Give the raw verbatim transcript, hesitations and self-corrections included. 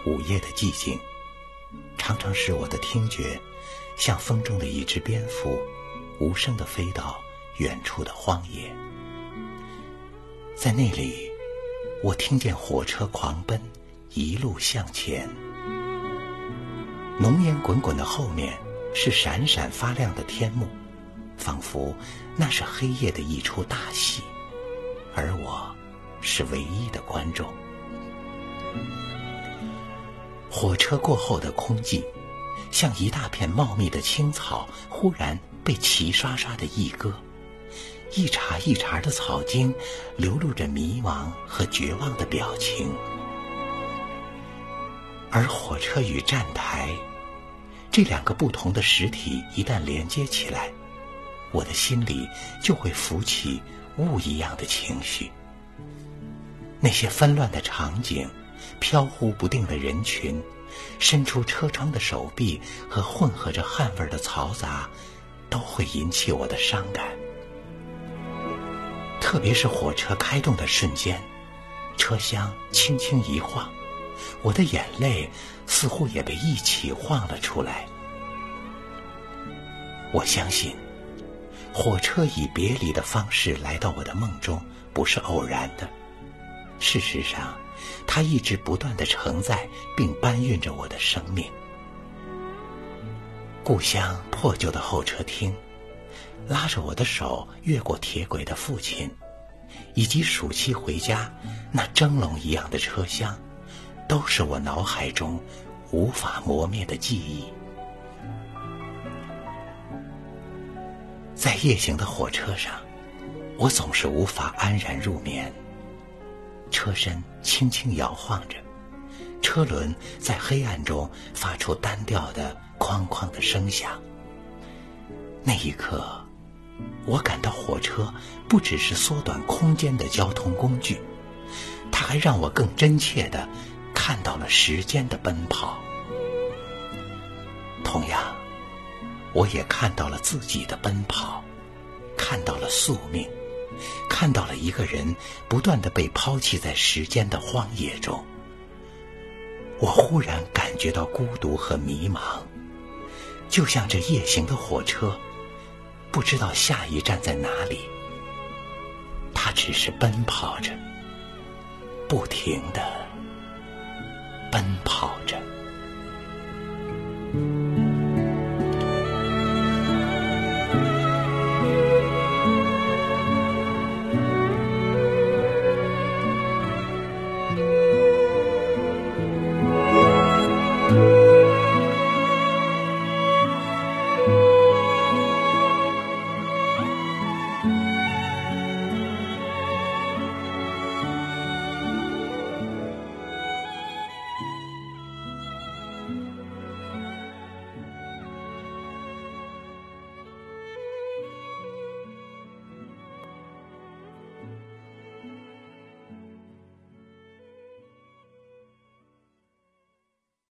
午夜的寂静，常常使我的听觉像风中的一只蝙蝠，无声地飞到远处的荒野。在那里，我听见火车狂奔，一路向前。浓烟滚滚的后面是闪闪发亮的天幕，仿佛那是黑夜的一出大戏，而我是唯一的观众。火车过后的空寂，像一大片茂密的青草忽然被齐刷刷的一割，一茬一茬的草茎流露着迷茫和绝望的表情。而火车与站台，这两个不同的实体一旦连接起来，我的心里就会浮起雾一样的情绪。那些纷乱的场景，飘忽不定的人群，伸出车窗的手臂和混合着汗味的嘈杂，都会引起我的伤感。特别是火车开动的瞬间，车厢轻轻一晃，我的眼泪似乎也被一起晃了出来。我相信，火车以别离的方式来到我的梦中不是偶然的。事实上，它一直不断地承载并搬运着我的生命。故乡破旧的候车厅，拉着我的手越过铁轨的父亲，以及暑期回家那蒸笼一样的车厢，都是我脑海中无法磨灭的记忆。在夜行的火车上，我总是无法安然入眠。车身轻轻摇晃着，车轮在黑暗中发出单调的哐哐的声响。那一刻，我感到火车不只是缩短空间的交通工具，它还让我更真切地看到了时间的奔跑。同样，我也看到了自己的奔跑，看到了宿命，看到了一个人不断地被抛弃在时间的荒野中。我忽然感觉到孤独和迷茫，就像这夜行的火车，不知道下一站在哪里。它只是奔跑着，不停地奔跑着。